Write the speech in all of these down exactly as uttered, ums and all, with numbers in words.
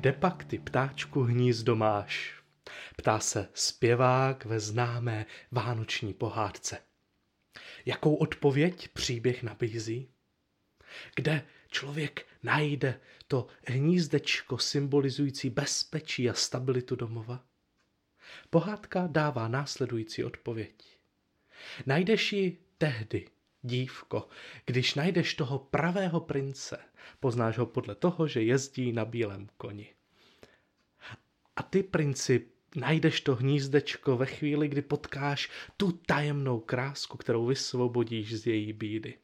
Kde pak ty, ptáčku, hnízdo máš? Ptá se zpěvák ve známé vánoční pohádce. Jakou odpověď příběh nabízí? Kde člověk najde to hnízdečko symbolizující bezpečí a stabilitu domova? Pohádka dává následující odpověď. Najdeš ji tehdy, dívko, když najdeš toho pravého prince. Poznáš ho podle toho, že jezdí na bílém koni. A ty, princi, najdeš to hnízdečko ve chvíli, kdy potkáš tu tajemnou krásku, kterou vysvobodíš z její bídy.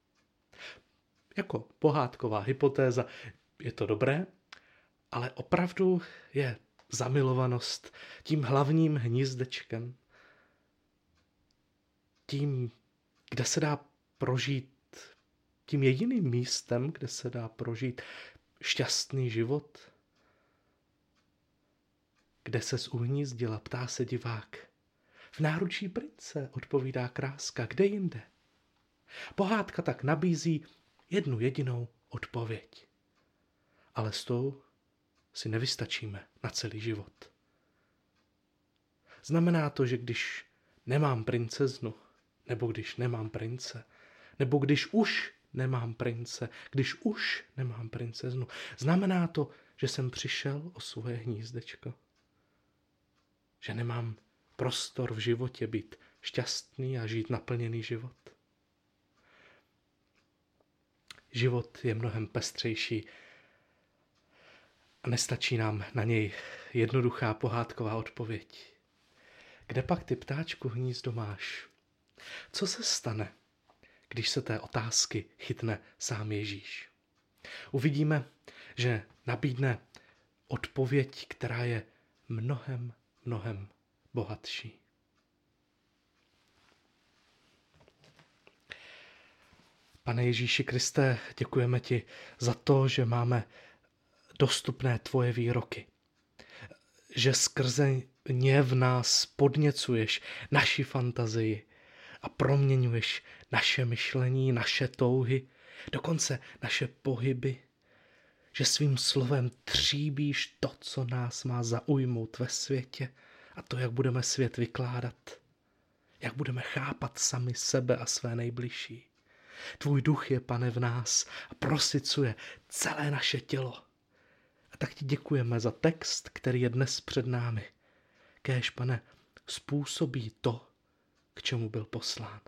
Jako pohádková hypotéza je to dobré, ale opravdu je zamilovanost tím hlavním hnízdečkem, tím, kde se dá prožít, tím jediným místem, kde se dá prožít šťastný život, kde se zuhnízdila, ptá se divák. V náručí prince, odpovídá kráska, kde jinde? Pohádka tak nabízí jednu jedinou odpověď. Ale s tou si nevystačíme na celý život. Znamená to, že když nemám princeznu, nebo když nemám prince, nebo když už nemám prince, když už nemám princeznu, znamená to, že jsem přišel o svoje hnízdečko. Že nemám prostor v životě být šťastný a žít naplněný život. Život je mnohem pestřejší a nestačí nám na něj jednoduchá pohádková odpověď. Kde pak ty, ptáčku, hnízdo máš? Co se stane, když se té otázky chytne sám Ježíš? Uvidíme, že nabídne odpověď, která je mnohem, mnohem bohatší. Pane Ježíši Kriste, děkujeme ti za to, že máme dostupné tvoje výroky. Že skrze ně v nás podněcuješ naši fantazii a proměňuješ naše myšlení, naše touhy, dokonce naše pohyby. Že svým slovem tříbíš to, co nás má zaujmout ve světě a to, jak budeme svět vykládat. Jak budeme chápat sami sebe a své nejbližší. Tvůj duch je, Pane, v nás a prosycuje celé naše tělo. A tak ti děkujeme za text, který je dnes před námi. Kéž, Pane, způsobí to, k čemu byl poslán.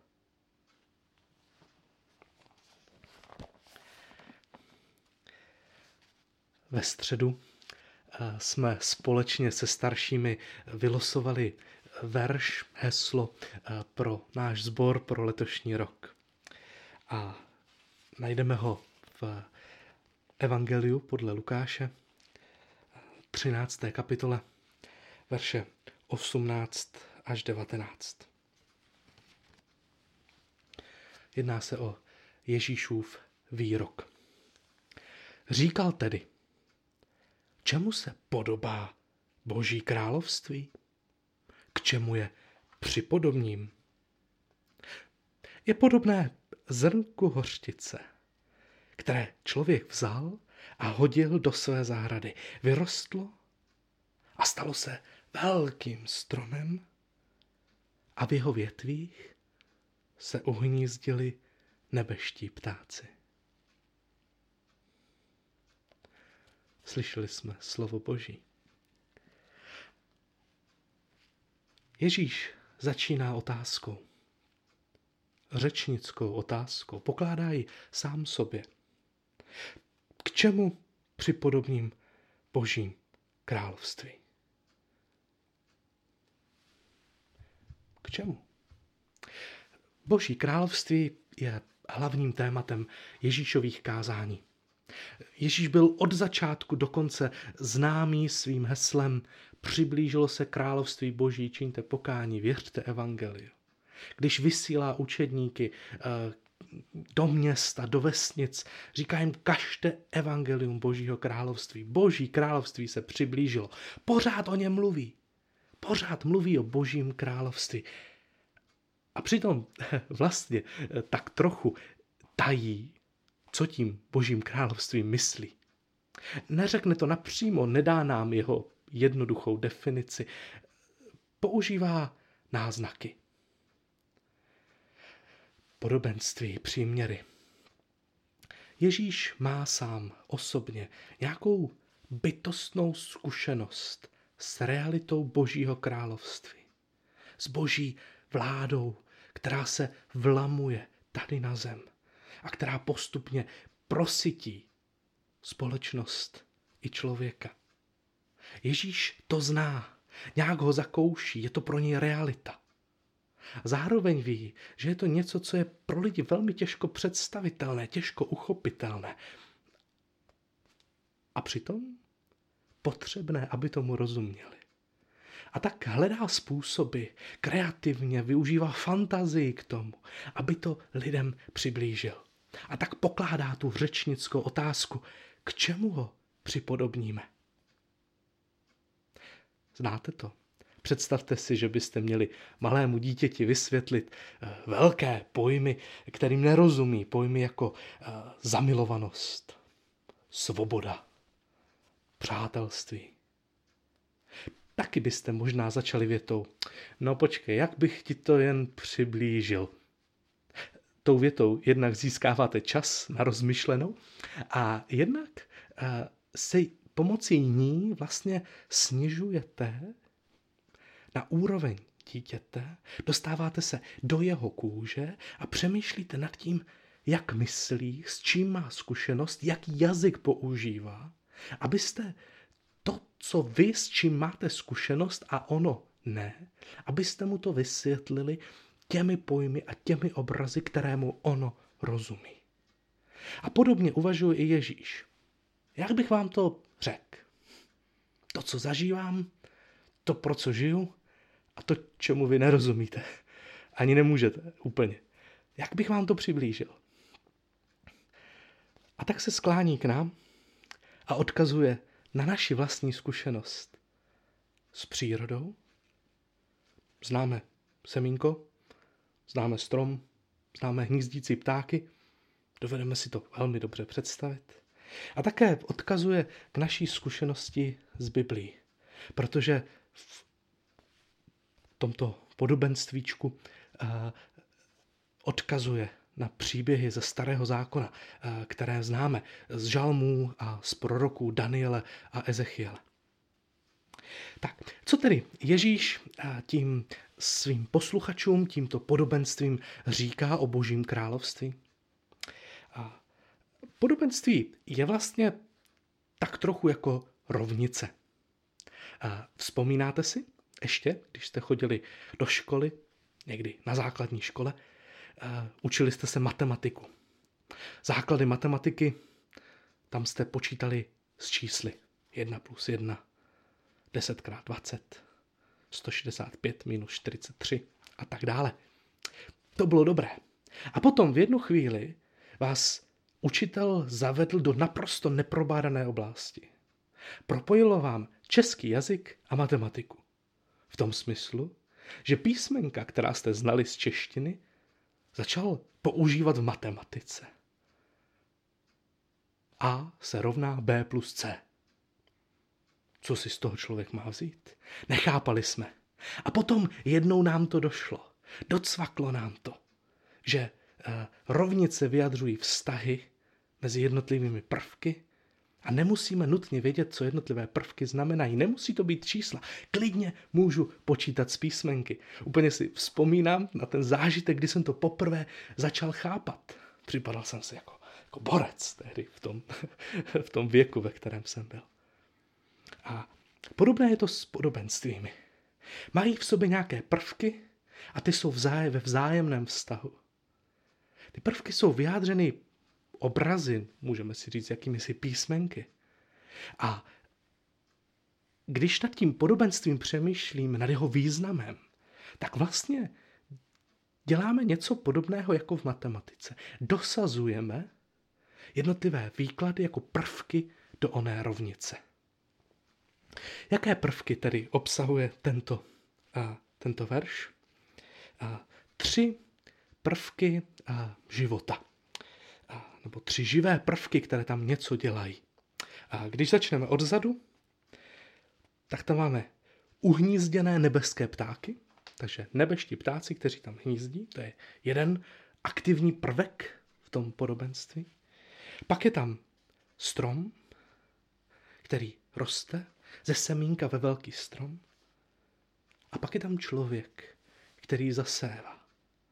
Ve středu jsme společně se staršími vylosovali verš, heslo pro náš sbor pro letošní rok. A najdeme ho v Evangeliu podle Lukáše, třinácté kapitole, verše osmnáct až devatenáct. Jedná se o Ježíšův výrok. Říkal tedy, čemu se podobá Boží království? K čemu je připodobním? Je podobné zrnku hořčice, které člověk vzal a hodil do své zahrady. Vyrostlo a stalo se velkým stromem a v jeho větvích se uhnízdili nebeští ptáci. Slyšeli jsme slovo Boží. Ježíš začíná otázkou. Řečnickou otázkou. Pokládá ji sám sobě. K čemu připodobním Božím království? K čemu? Boží království je hlavním tématem Ježíšových kázání. Ježíš byl od začátku do konce známý svým heslem přiblížilo se království Boží, čiňte pokání, věřte evangeliu. Když vysílá učedníky do města, do vesnic, říká jim, kažte evangelium Božího království. Boží království se přiblížilo. Pořád o něm mluví. Pořád mluví o Božím království. A přitom vlastně tak trochu tají, co tím Božím královstvím myslí. Neřekne to napřímo, nedá nám jeho jednoduchou definici. Používá náznaky. Podobenství, příměry. Ježíš má sám osobně nějakou bytostnou zkušenost s realitou Božího království. S Boží vládou, která se vlamuje tady na zem a která postupně prosytí společnost i člověka. Ježíš to zná, nějak ho zakouší, je to pro něj realita. Zároveň ví, že je to něco, co je pro lidi velmi těžko představitelné, těžko uchopitelné. A přitom potřebné, aby tomu rozuměli. A tak hledá způsoby, kreativně využívá fantazii k tomu, aby to lidem přiblížil. A tak pokládá tu řečnickou otázku, k čemu ho připodobníme. Znáte to? Představte si, že byste měli malému dítěti vysvětlit velké pojmy, kterým nerozumí, pojmy jako zamilovanost, svoboda, přátelství. Taky byste možná začali větou, no počkej, jak bych ti to jen přiblížil. Tou větou jednak získáváte čas na rozmyšlenou a jednak si pomocí ní vlastně snižujete na úroveň dítěte, dostáváte se do jeho kůže a přemýšlíte nad tím, jak myslí, s čím má zkušenost, jaký jazyk používá, abyste to, co vy, s čím máte zkušenost a ono ne, abyste mu to vysvětlili těmi pojmy a těmi obrazy, kterému ono rozumí. A podobně uvažuje i Ježíš. Jak bych vám to řekl? To, co zažívám, to, pro co žiju, a to, čemu vy nerozumíte. Ani nemůžete úplně. Jak bych vám to přiblížil? A tak se sklání k nám a odkazuje na naši vlastní zkušenost s přírodou. Známe semínko, známe strom, známe hnízdící ptáky, dovedeme si to velmi dobře představit. A také odkazuje k naší zkušenosti z Biblí, protože v tomto podobenstvíčku uh, odkazuje na příběhy ze Starého zákona, uh, které známe z žalmů a z proroků Daniele a Ezechiele. Tak, co tedy Ježíš uh, tím svým posluchačům, tímto podobenstvím říká o Božím království? Uh, podobenství je vlastně tak trochu jako rovnice. Uh, vzpomínáte si? Ještě, když jste chodili do školy, někdy na základní škole, uh, učili jste se matematiku. Základy matematiky, tam jste počítali s čísly. jedna plus jedna, deset krát dvacet, sto šedesát pět minus čtyřicet tři a tak dále. To bylo dobré. A potom v jednu chvíli vás učitel zavedl do naprosto neprobádané oblasti. Propojilo vám český jazyk a matematiku. V tom smyslu, že písmenka, která jste znali z češtiny, začal používat v matematice. A se rovná B plus C. Co si z toho člověk má vzít? Nechápali jsme. A potom jednou nám to došlo. Docvaklo nám to, že eh, rovnice vyjadřují vztahy mezi jednotlivými prvky a nemusíme nutně vědět, co jednotlivé prvky znamenají. Nemusí to být čísla. Klidně můžu počítat z písmenky. Úplně si vzpomínám na ten zážitek, kdy jsem to poprvé začal chápat. Připadal jsem si jako, jako borec tehdy v tom, v tom věku, ve kterém jsem byl. A podobné je to s podobenstvími. Mají v sobě nějaké prvky a ty jsou vzáje, ve vzájemném vztahu. Ty prvky jsou vyjádřeny obrazy, můžeme si říct, jakými si písmenky. A když nad tím podobenstvím přemýšlím, nad jeho významem, tak vlastně děláme něco podobného jako v matematice. Dosazujeme jednotlivé výklady jako prvky do oné rovnice. Jaké prvky tedy obsahuje tento, a, tento verš? A, tři prvky a, života. A, nebo tři živé prvky, které tam něco dělají. A když začneme odzadu, tak tam máme uhnízděné nebeské ptáky, takže nebeští ptáci, kteří tam hnízdí, to je jeden aktivní prvek v tom podobenství. Pak je tam strom, který roste ze semínka ve velký strom. A pak je tam člověk, který zasévá.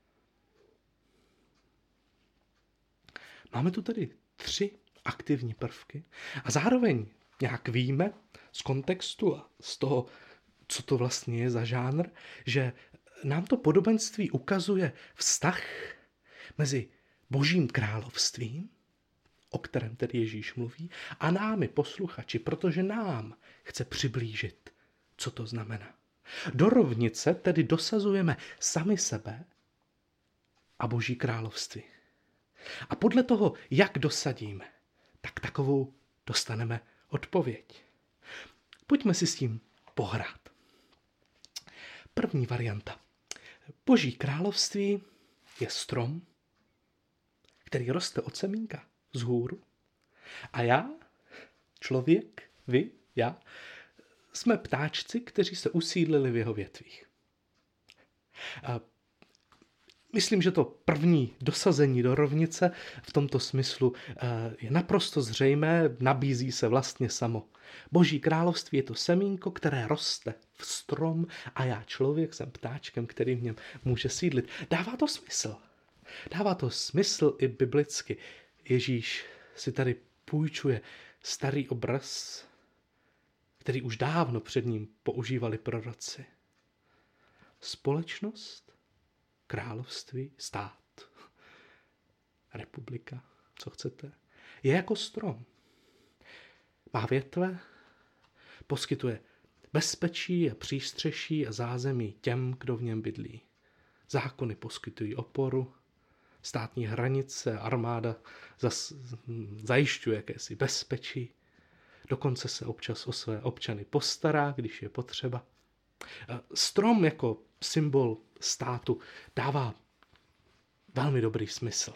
Máme tu tedy tři aktivní prvky a zároveň nějak víme z kontextu a z toho, co to vlastně je za žánr, že nám to podobenství ukazuje vztah mezi Božím královstvím, o kterém tedy Ježíš mluví, a námi, posluchači, protože nám chce přiblížit, co to znamená. Do rovnice tedy dosazujeme sami sebe a Boží království. A podle toho, jak dosadíme, tak takovou dostaneme odpověď. Pojďme si s tím pohrát. První varianta. Boží království je strom, který roste od semínka vzhůru. A já, člověk, vy, já, jsme ptáčci, kteří se usídlili v jeho větvích. A myslím, že to první dosazení do rovnice v tomto smyslu je naprosto zřejmé, nabízí se vlastně samo. Boží království je to semínko, které roste v strom a já člověk jsem ptáčkem, který v něm může sídlit. Dává to smysl. Dává to smysl i biblicky. Ježíš si tady půjčuje starý obraz, který už dávno před ním používali proroci. Společnost, království, stát, republika, co chcete, je jako strom. Má větve, poskytuje bezpečí a přístřeší a zázemí těm, kdo v něm bydlí. Zákony poskytují oporu, státní hranice, armáda zas, zajišťuje jakési bezpečí. Dokonce se občas o své občany postará, když je potřeba. Strom jako symbol státu dává velmi dobrý smysl.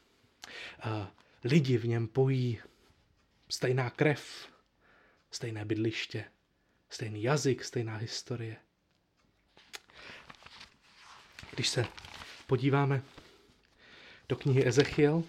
Lidi v něm pojí stejná krev, stejné bydliště, stejný jazyk, stejná historie. Když se podíváme do knihy Ezechiel,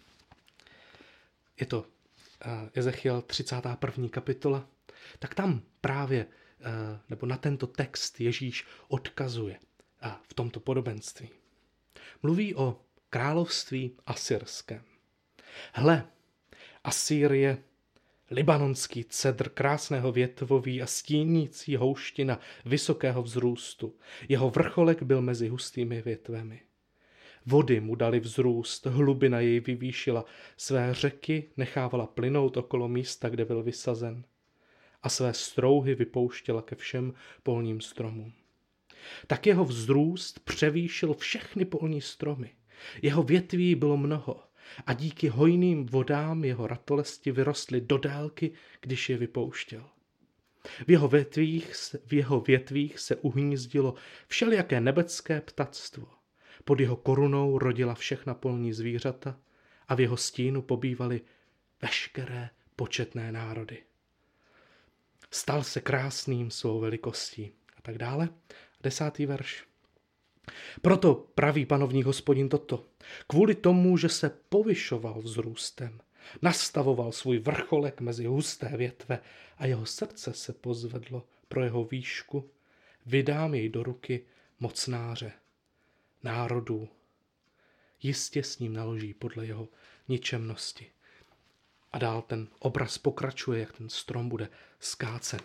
je to Ezechiel třicátá první kapitola, tak tam právě, nebo na tento text Ježíš odkazuje v tomto podobenství. Mluví o království asyrském. Hle, Asýr je libanonský cedr krásného větvoví a stínící houština vysokého vzrůstu. Jeho vrcholek byl mezi hustými větvemi. Vody mu dali vzrůst, hlubina jej vyvýšila, své řeky nechávala plynout okolo místa, kde byl vysazen a své strouhy vypouštěla ke všem polním stromům. Tak jeho vzrůst převýšil všechny polní stromy. Jeho větví bylo mnoho a díky hojným vodám jeho ratolesti vyrostly do délky, když je vypouštěl. V jeho větvích, v jeho větvích se uhnízdilo všelijaké nebeské ptactvo. Pod jeho korunou rodila všechna polní zvířata a v jeho stínu pobývaly veškeré početné národy. Stal se krásným svou velikostí. A tak dále. Desátý verš. Proto praví panovník Hospodin toto. Kvůli tomu, že se povyšoval vzrůstem, nastavoval svůj vrcholek mezi husté větve a jeho srdce se pozvedlo pro jeho výšku, vydám jej do ruky mocnáře národů. Jistě s ním naloží podle jeho ničemnosti. A dál ten obraz pokračuje, jak ten strom bude skácen.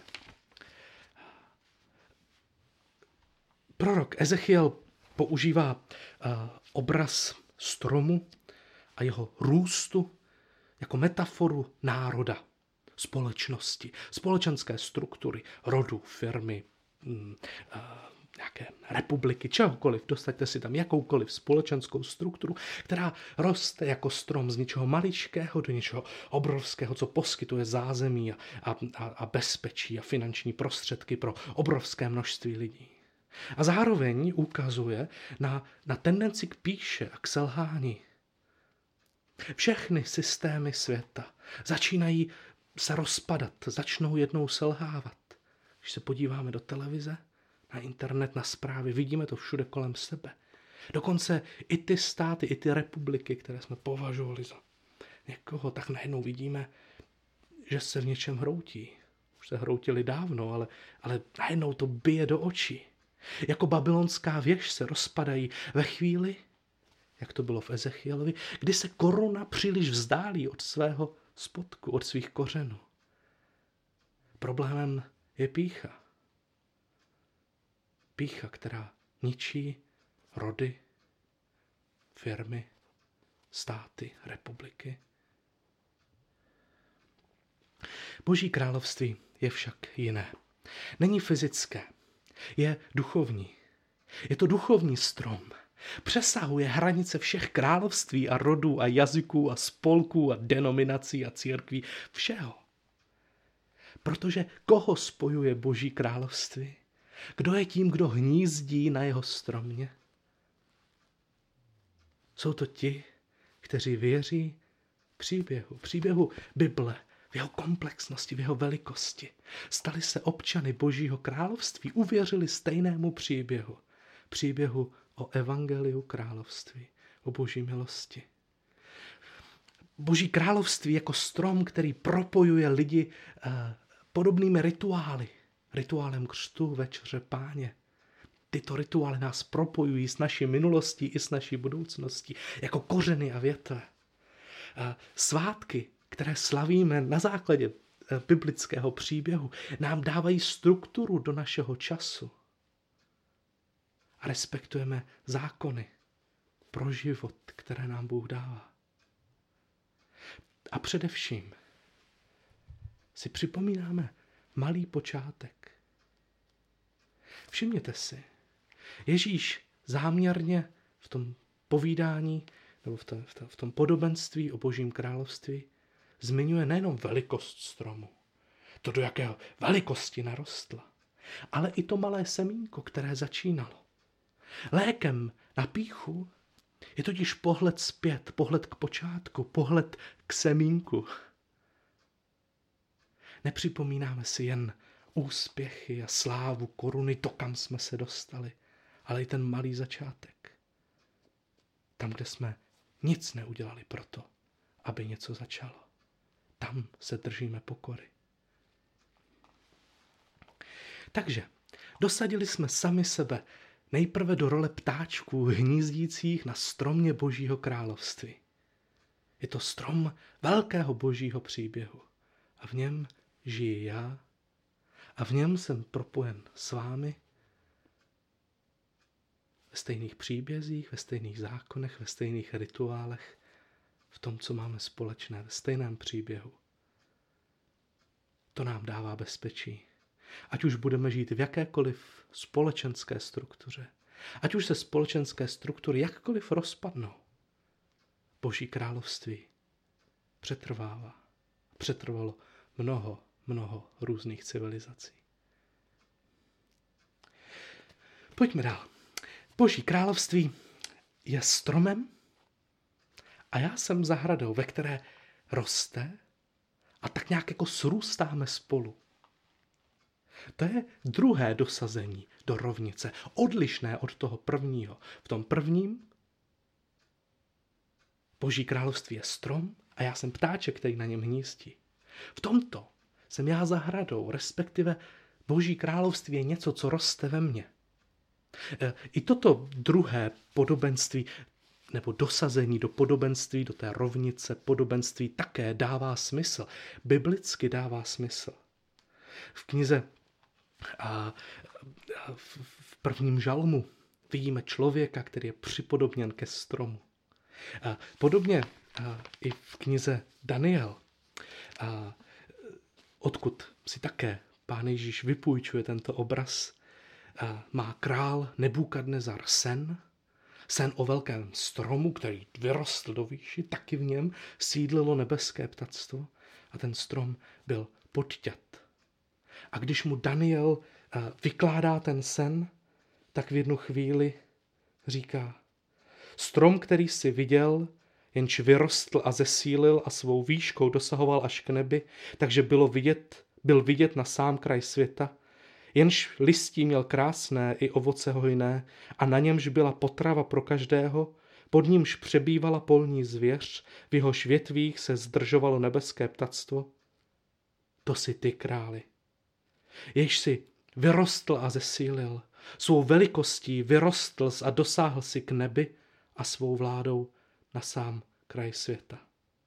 Prorok Ezechiel používá uh, obraz stromu a jeho růstu jako metaforu národa, společnosti, společenské struktury, rodu, firmy, mm, uh, nějaké republiky, čehokoliv. Dostaňte si tam jakoukoliv společenskou strukturu, která roste jako strom z něčeho maličkého do něčeho obrovského, co poskytuje zázemí a, a, a bezpečí a finanční prostředky pro obrovské množství lidí. A zároveň ukazuje na, na tendenci k pýše a k selhání. Všechny systémy světa začínají se rozpadat, začnou jednou selhávat. Když se podíváme do televize, na internet, na zprávy, vidíme to všude kolem sebe. Dokonce i ty státy, i ty republiky, které jsme považovali za někoho, tak najednou vidíme, že se v něčem hroutí. Už se hroutili dávno, ale, ale najednou to bije do očí. Jako babylonská věž se rozpadají ve chvíli, jak to bylo v Ezechielovi, kdy se koruna příliš vzdálí od svého spodku, od svých kořenů. Problémem je pýcha. Pýcha, která ničí rody, firmy, státy, republiky. Boží království je však jiné. Není fyzické, je duchovní. Je to duchovní strom. Přesahuje hranice všech království a rodů a jazyků a spolků a denominací a církví. Všeho. Protože koho spojuje Boží království? Kdo je tím, kdo hnízdí na jeho stromě? Jsou to ti, kteří věří příběhu, příběhu Bible, v jeho komplexnosti, v jeho velikosti. Stali se občany Božího království, uvěřili stejnému příběhu. Příběhu o evangeliu království, o Boží milosti. Boží království jako strom, který propojuje lidi eh, podobnými rituály. Rituálem křtu, večeře Páně. Tyto rituály nás propojují s naší minulostí i s naší budoucností, jako kořeny a větve. Eh, svátky, které slavíme na základě eh, biblického příběhu, nám dávají strukturu do našeho času. A respektujeme zákony pro život, které nám Bůh dává. A především si připomínáme malý počátek. Všimněte si, Ježíš záměrně v tom povídání nebo v tom, v tom, v tom podobenství o Božím království zmiňuje nejenom velikost stromu, to, do jakého velikosti narostla, ale i to malé semínko, které začínalo. Lékem na pýchu je totiž pohled zpět, pohled k počátku, pohled k semínku. Nepřipomínáme si jen úspěchy a slávu, koruny, to, kam jsme se dostali, ale i ten malý začátek. Tam, kde jsme nic neudělali proto, aby něco začalo. Tam se držíme pokory. Takže dosadili jsme sami sebe nejprve do role ptáčků hnízdících na stromě Božího království. Je to strom velkého Božího příběhu. A v něm žiji já a v něm jsem propojen s vámi ve stejných příbězích, ve stejných zákonech, ve stejných rituálech, v tom, co máme společné, ve stejném příběhu. To nám dává bezpečí. Ať už budeme žít v jakékoliv společenské struktuře, ať už se společenské struktury jakkoliv rozpadnou, Boží království přetrvává. Přetrvalo mnoho, mnoho různých civilizací. Pojďme dál. Boží království je stromem a já jsem zahradou, ve které roste a tak nějak jako srůstáme spolu. To je druhé dosazení do rovnice, odlišné od toho prvního. V tom prvním Boží království je strom a já jsem ptáček, který na něm hnízdí. V tomto jsem já zahradou, respektive Boží království je něco, co roste ve mně. I toto druhé podobenství nebo dosazení do podobenství, do té rovnice podobenství také dává smysl. Biblicky dává smysl. V knize a v prvním žalmu vidíme člověka, který je připodobněn ke stromu. A podobně a i v knize Daniel, a odkud si také Pán Ježíš vypůjčuje tento obraz, a má král Nebukadnezar sen, sen o velkém stromu, který vyrostl do výši, taky v něm sídlilo nebeské ptactvo a ten strom byl podťat. A když mu Daniel vykládá ten sen, tak v jednu chvíli říká, strom, který jsi viděl, jenž vyrostl a zesílil a svou výškou dosahoval až k nebi, takže bylo vidět, byl vidět na sám kraj světa, jenž listí měl krásné i ovoce hojné a na němž byla potrava pro každého, pod nímž přebývala polní zvěř, v jehož větvích se zdržovalo nebeské ptactvo. To si ty, králi, jež si vyrostl a zesílil, svou velikostí vyrostl a dosáhl si k nebi a svou vládou na sám kraj světa.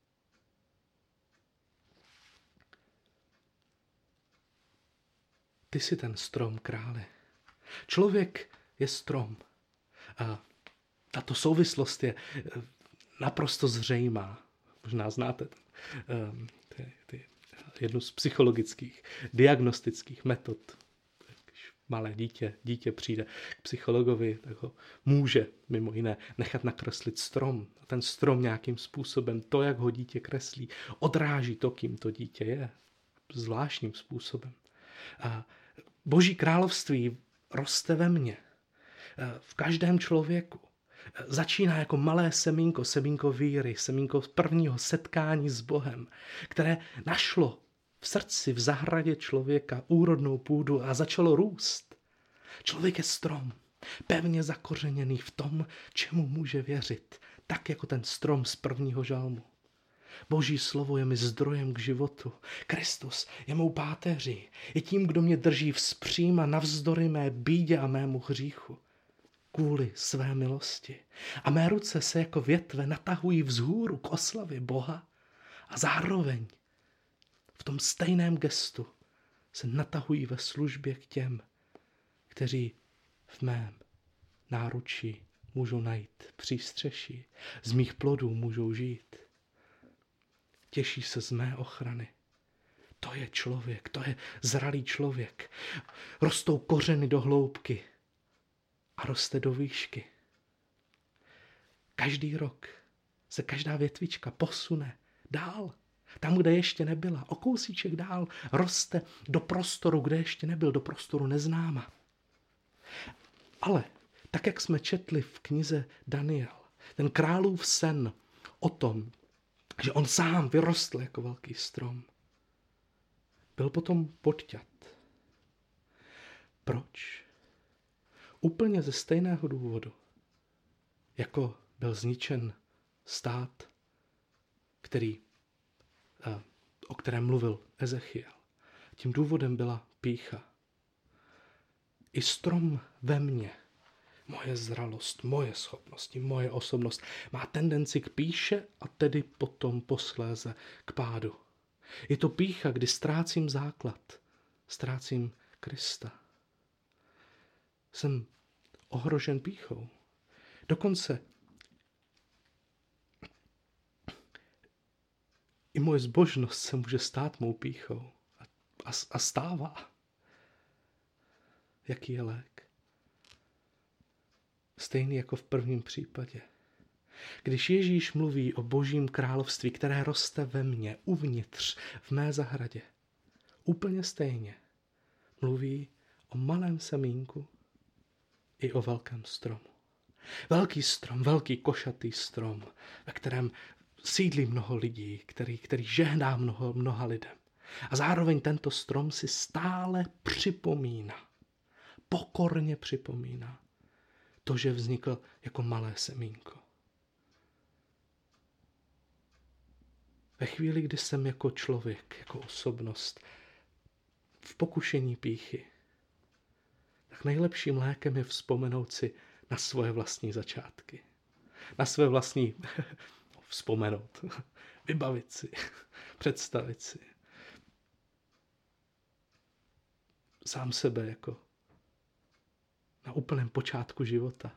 Ty jsi ten strom, králi. Člověk je strom. A tato souvislost je naprosto zřejmá. Možná znáte ty, ty, jednu z psychologických, diagnostických metod. Když malé dítě, dítě přijde k psychologovi, tak ho může mimo jiné nechat nakreslit strom. A ten strom nějakým způsobem, to, jak ho dítě kreslí, odráží to, kým to dítě je. Zvláštním způsobem. A Boží království roste ve mně, v každém člověku. Začíná jako malé semínko, semínko víry, semínko prvního setkání s Bohem, které našlo v srdci, v zahradě člověka úrodnou půdu a začalo růst. Člověk je strom, pevně zakořeněný v tom, čemu může věřit, tak jako ten strom z prvního žalmu. Boží slovo je mi zdrojem k životu. Kristus je mou páteří, je tím, kdo mě drží vzpříma navzdory mé bídě a mému hříchu. Kvůli své milosti. A mé ruce se jako větve natahují vzhůru k oslavě Boha a zároveň v tom stejném gestu se natahují ve službě k těm, kteří v mém náručí můžou najít přístřeší, z mých plodů můžou žít. Těší se z mé ochrany. To je člověk, to je zralý člověk. Rostou kořeny do hloubky a roste do výšky. Každý rok se každá větvička posune dál. Tam, kde ještě nebyla, o kousíček dál, roste do prostoru, kde ještě nebyl, do prostoru neznáma. Ale tak, jak jsme četli v knize Daniel, ten králův sen o tom, že on sám vyrostl jako velký strom, byl potom podťat. Proč? Úplně ze stejného důvodu, jako byl zničen stát, který, o kterém mluvil Ezechiel. Tím důvodem byla pýcha. I strom ve mně, moje zralost, moje schopnosti, moje osobnost má tendenci k pýše a tedy potom posléze k pádu. Je to pýcha, kdy ztrácím základ, ztrácím Krista. Jsem ohrožen pýchou. Dokonce i moje zbožnost se může stát mou pýchou. A, a, a stává. Jaký je lék? Stejný jako v prvním případě. Když Ježíš mluví o Božím království, které roste ve mně, uvnitř, v mé zahradě, úplně stejně mluví o malém semínku i o velkém stromu. Velký strom, velký košatý strom, ve kterém sídlí mnoho lidí, který, který žehná mnoho, mnoha lidem. A zároveň tento strom si stále připomíná, pokorně připomíná to, že vznikl jako malé semínko. Ve chvíli, kdy jsem jako člověk, jako osobnost v pokušení pýchy, tak nejlepším lékem je vzpomenout si na svoje vlastní začátky. Na své vlastní vzpomenout, vybavit si, představit si. Sám sebe jako na úplném počátku života.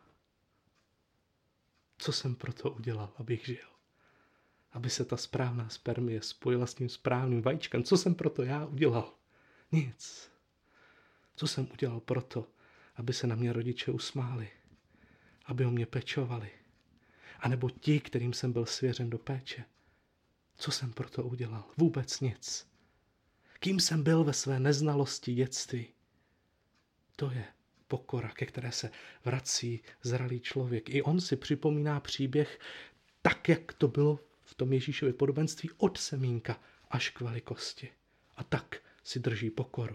Co jsem proto udělal, abych žil? Aby se ta správná spermie spojila s tím správným vajíčkem. Co jsem proto já udělal? Nic. Co jsem udělal proto, aby se na mě rodiče usmáli? Aby o mě pečovali? A nebo ti, kterým jsem byl svěřen do péče? Co jsem proto udělal? Vůbec nic. Kým jsem byl ve své neznalosti dětství? To je pokora, ke které se vrací zralý člověk. I on si připomíná příběh Tak, jak to bylo v tom Ježíšově podobenství od semínka až k velikosti. A tak si drží pokoru.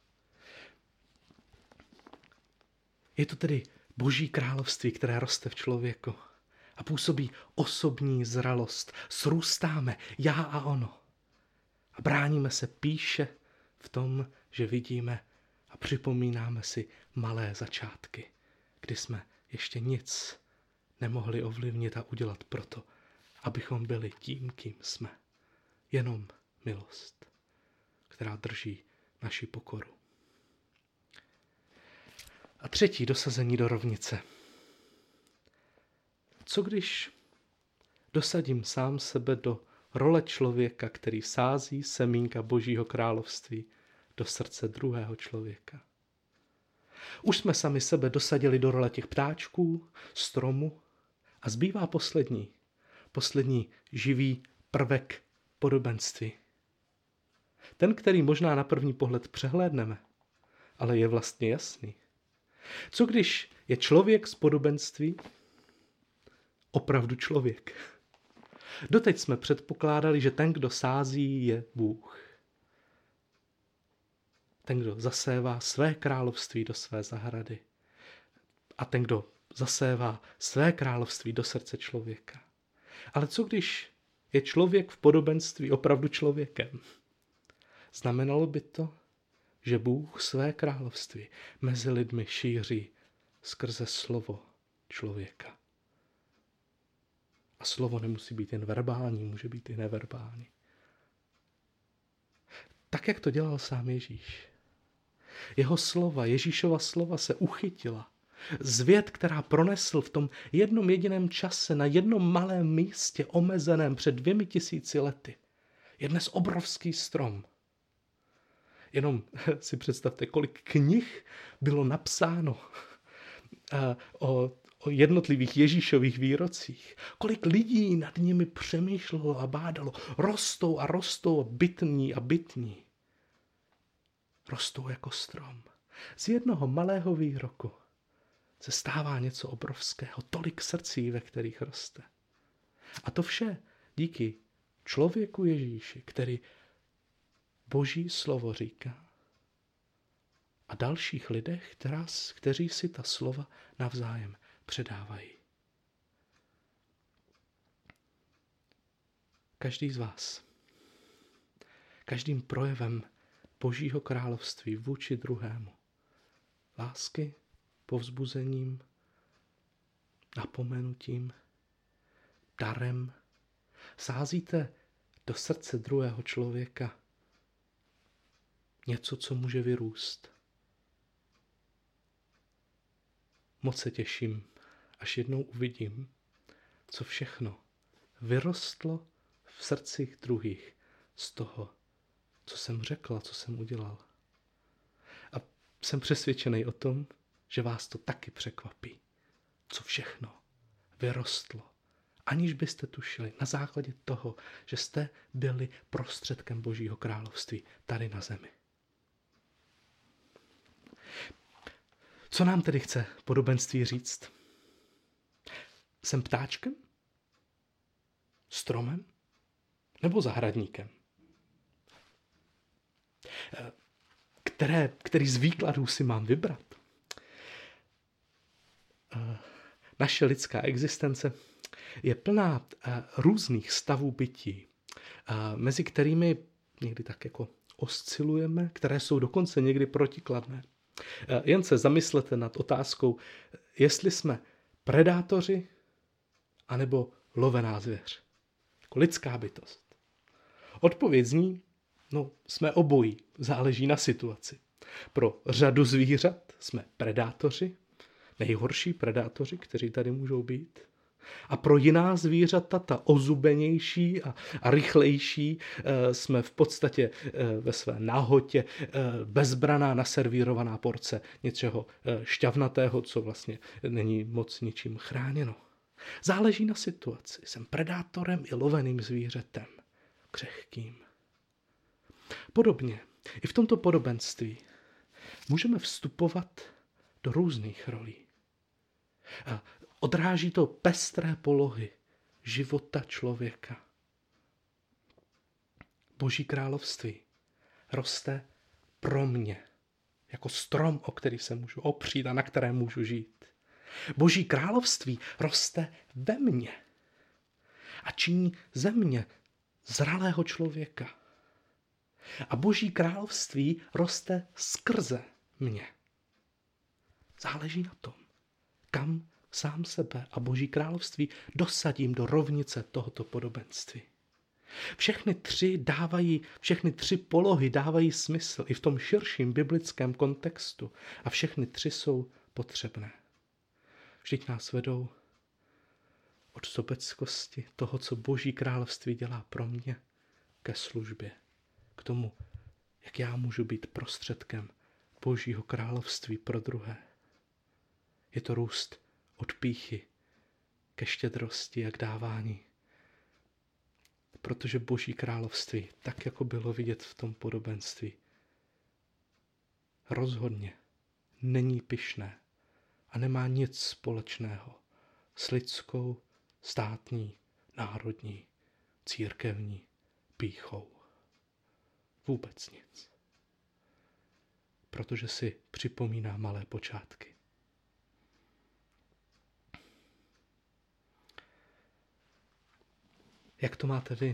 Je to tedy Boží království, které roste v člověku a působí osobní zralost. Srůstáme, já a ono. A bráníme se píše v tom, že vidíme a připomínáme si malé začátky, kdy jsme ještě nic nemohli ovlivnit a udělat proto, abychom byli tím, kým jsme. Jenom milost, která drží naši pokoru. A třetí dosazení do rovnice. Co když dosadím sám sebe do role člověka, který sází semínka Božího království do srdce druhého člověka? Už jsme sami sebe dosadili do role těch ptáčků, stromu a zbývá poslední, poslední živý prvek podobenství. Ten, který možná na první pohled přehlédneme, ale je vlastně jasný. Co když je člověk z podobenství opravdu člověk? Doteď jsme předpokládali, že ten, kdo sází, je Bůh. Ten, kdo zasévá své království do své zahrady. A ten, kdo zasévá své království do srdce člověka. Ale co když je člověk v podobenství opravdu člověkem? Znamenalo by to, že Bůh své království mezi lidmi šíří skrze slovo člověka. A slovo nemusí být jen verbální, může být i neverbální. Tak, jak to dělal sám Ježíš. Jeho slova, Ježíšova slova se uchytila. Zvěst, která pronesl v tom jednom jediném čase na jednom malém místě omezeném před dvěmi tisíci lety, je dnes obrovský strom. Jenom si představte, kolik knih bylo napsáno o, o jednotlivých Ježíšových výrocích. Kolik lidí nad nimi přemýšlelo a bádalo. Rostou a rostou, bytní a bytní. Rostou jako strom. Z jednoho malého výroku se stává něco obrovského. Tolik srdcí, ve kterých roste. A to vše díky člověku Ježíši, který Boží slovo říká. A dalších lidech, která, kteří si ta slova navzájem předávají. Každý z vás, každým projevem Božího království vůči druhému, lásky, povzbuzením, napomenutím, darem, sázíte do srdce druhého člověka něco, co může vyrůst. Moc se těším, až jednou uvidím, co všechno vyrostlo v srdcích druhých z toho, co jsem řekl a co jsem udělal. A jsem přesvědčený o tom, že vás to taky překvapí, co všechno vyrostlo, aniž byste tušili, na základě toho, že jste byli prostředkem Božího království tady na zemi. Co nám tedy chce podobenství říct? Jsem ptáčkem? Stromem? Nebo zahradníkem? Které, který z výkladů si mám vybrat? Naše lidská existence je plná různých stavů bytí, mezi kterými někdy tak jako oscilujeme, které jsou dokonce někdy protikladné. Jen se zamyslete nad otázkou, jestli jsme predátoři anebo lovená zvěř. Jako lidská bytost. Odpověď zní, no jsme obojí, záleží na situaci. Pro řadu zvířat jsme predátoři, nejhorší predátoři, kteří tady můžou být. A pro jiná zvířata, ta ozubenější a, a rychlejší, e, jsme v podstatě e, ve své nahotě e, bezbraná naservírovaná porce něčeho e, šťavnatého, co vlastně není moc ničím chráněno. Záleží na situaci. Jsem predátorem i loveným zvířetem. Křehkým. Podobně, i v tomto podobenství můžeme vstupovat do různých rolí. A odráží to pestré polohy života člověka. Boží království roste pro mě, jako strom, o který se můžu opřít a na kterém můžu žít. Boží království roste ve mně a činí ze mě zralého člověka. A Boží království roste skrze mě. Záleží na tom, kam sám sebe a Boží království dosadím do rovnice tohoto podobenství. Všechny tři dávají, všechny tři polohy dávají smysl i v tom širším biblickém kontextu a všechny tři jsou potřebné. Vždyť nás vedou od sobeckosti toho, co Boží království dělá pro mě, ke službě, k tomu, jak já můžu být prostředkem Božího království pro druhé. Je to růst od pýchy ke štědrosti a k dávání. Protože Boží království, tak jako bylo vidět v tom podobenství, rozhodně není pyšné a nemá nic společného s lidskou, státní, národní, církevní pýchou. Vůbec nic. Protože si připomíná malé počátky. Jak to máte vy?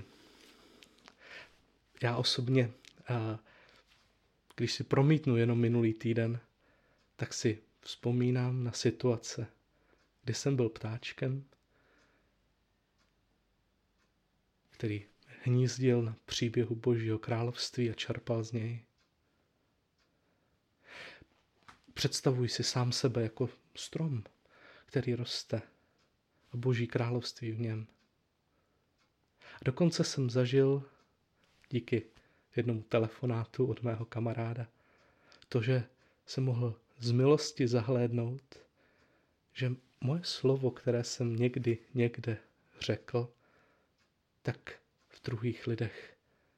Já osobně, když si promítnu jenom minulý týden, tak si vzpomínám na situace, kdy jsem byl ptáčkem, který hnízdil na příběhu Božího království a čerpal z něj. Představuj si sám sebe jako strom, který roste a Boží království v něm. A dokonce jsem zažil díky jednomu telefonátu od mého kamaráda to, že jsem mohl z milosti zahlédnout, že moje slovo, které jsem někdy někde řekl, tak v druhých lidech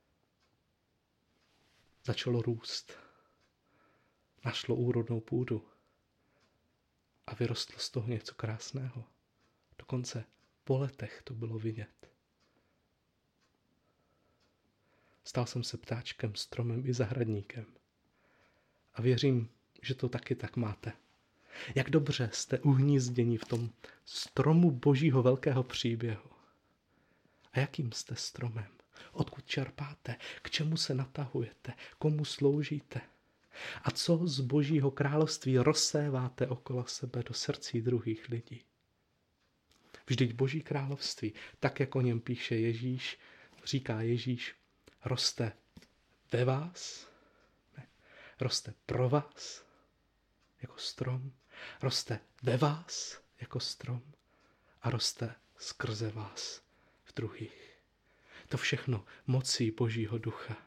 začalo růst. Našlo úrodnou půdu a vyrostlo z toho něco krásného. Dokonce po letech to bylo vidět. Stal jsem se ptáčkem, stromem i zahradníkem. A věřím, že to taky tak máte. Jak dobře jste uhnízděni v tom stromu Božího velkého příběhu. A jakým jste stromem? Odkud čerpáte? K čemu se natahujete? Komu sloužíte? A co z Božího království rozséváte okolo sebe do srdcí druhých lidí? Vždyť Boží království, tak jak o něm píše Ježíš, říká Ježíš, roste ve vás, ne, roste pro vás jako strom, roste ve vás jako strom a roste skrze vás v druhých. To všechno mocí Božího ducha.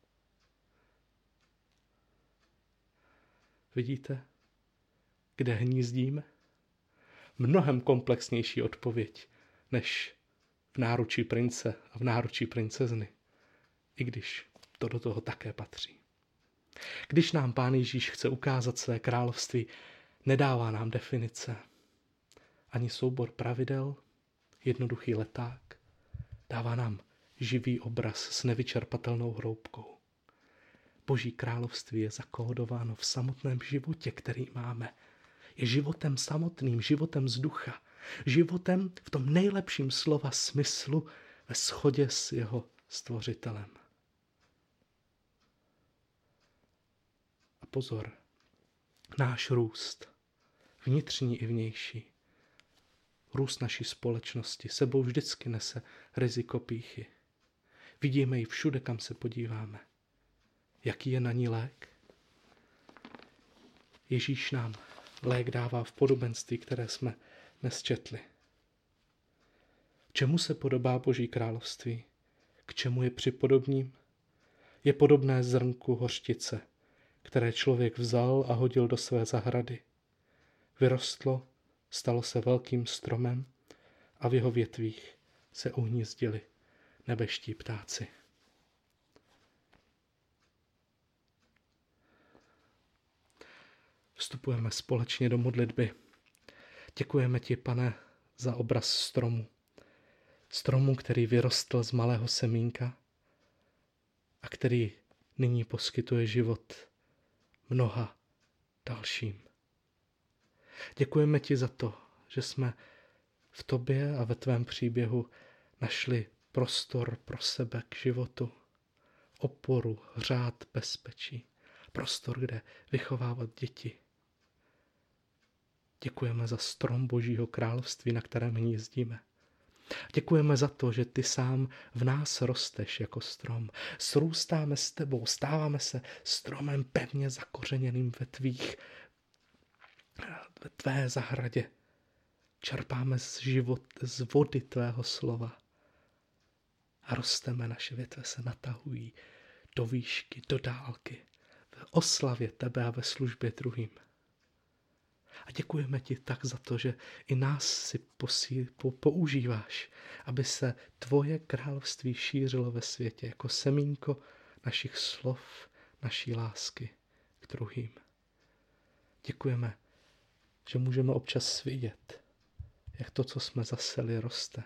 Vidíte, kde hnízdíme? Mnohem komplexnější odpověď, než v náručí prince a v náručí princezny. I když to do toho také patří. Když nám Pán Ježíš chce ukázat své království, nedává nám definice, ani soubor pravidel, jednoduchý leták, dává nám živý obraz s nevyčerpatelnou hloubkou. Boží království je zakódováno v samotném životě, který máme. Je životem samotným, životem z ducha. Životem v tom nejlepším slova smyslu ve shodě s jeho stvořitelem. A pozor, náš růst, vnitřní i vnější, růst naší společnosti sebou vždycky nese riziko pýchy. Vidíme ji všude, kam se podíváme. Jaký je na ní lék? Ježíš nám lék dává v podobenství, které jsme dnes četli. Čemu se podobá Boží království? K čemu je připodobním? Je podobné zrnku hořčice, které člověk vzal a hodil do své zahrady. Vyrostlo, stalo se velkým stromem a v jeho větvích se uhnízdili nebeští ptáci. Vstupujeme společně do modlitby. Děkujeme ti, Pane, za obraz stromu. Stromu, který vyrostl z malého semínka a který nyní poskytuje život mnoha dalším. Děkujeme ti za to, že jsme v tobě a ve tvém příběhu našli prostor pro sebe k životu, oporu, řád, bezpečí, prostor, kde vychovávat děti. Děkujeme za strom Božího království, na kterém hnízdíme. Děkujeme za to, že ty sám v nás rosteš jako strom. Srůstáme s tebou, stáváme se stromem pevně zakořeněným ve tvých, ve tvé zahradě. Čerpáme z, život, z vody tvého slova a rosteme, naše větve se natahují do výšky, do dálky, v oslavě tebe a ve službě druhým. A děkujeme ti tak za to, že i nás si posí, po, používáš, aby se tvoje království šířilo ve světě jako semínko našich slov, naší lásky k druhým. Děkujeme, že můžeme občas vidět, jak to, co jsme zaseli, roste.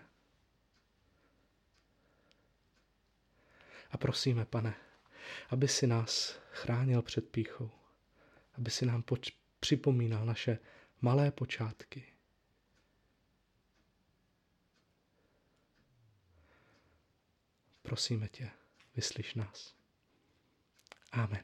A prosíme, Pane, aby si nás chránil před pýchou, aby si nám poč- připomínal naše malé počátky. Prosíme tě, vyslyš nás. Amen.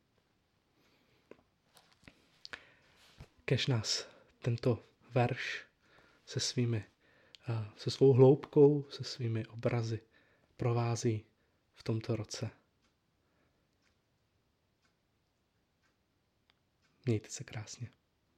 Kež nás tento verš se svými, se svou hloubkou, se svými obrazy provází v tomto roce. Mějte se krásně.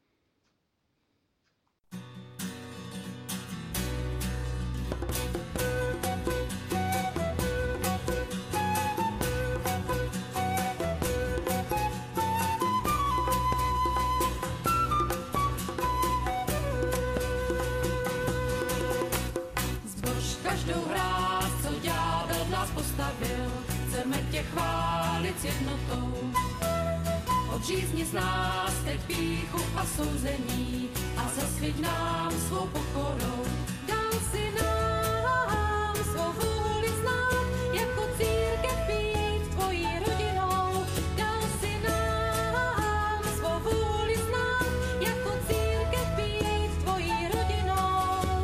Zboř každou hráz, co ďábel v nás postavil, chceme tě chválit s jednotou. Odřízni z nás teď pýchu a souzení a zasvěť nám svou pokorou. Dal si nám svou vůli znát, jako církev být tvojí rodinou. Dal si nám svou vůli znát, jako církev být tvojí rodinou.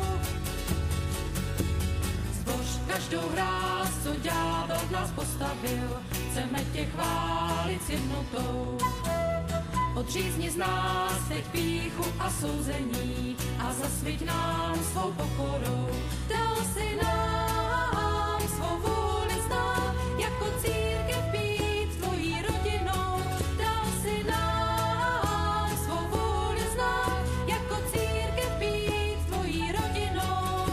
Zboř každou hráz, co ďábel v nás postavil, chceme tě chválit s jednotou. Odřízni z nás teď pýchu a souzení a zasvěť nám svou pokorou. Dal si nám svou vůli znát, jako církev být tvojí rodinou. Dal si nám svou vůli znát, jako církev být tvojí rodinou.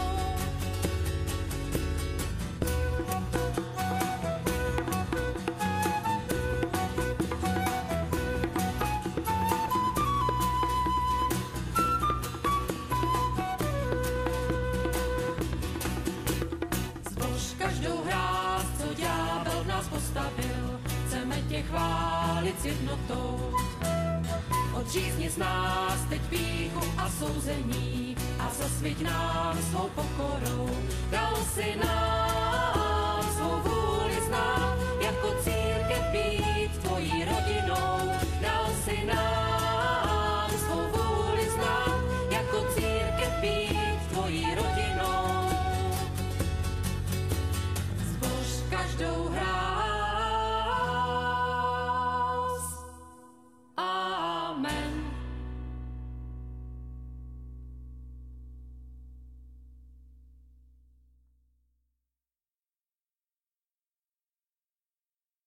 Každou hráz, co ďábel v nás postavil, chceme tě chválit s jednotou. Odřízni z nás teď pýchu a souzení a zasvěť nám svou pokorou. Dal si nám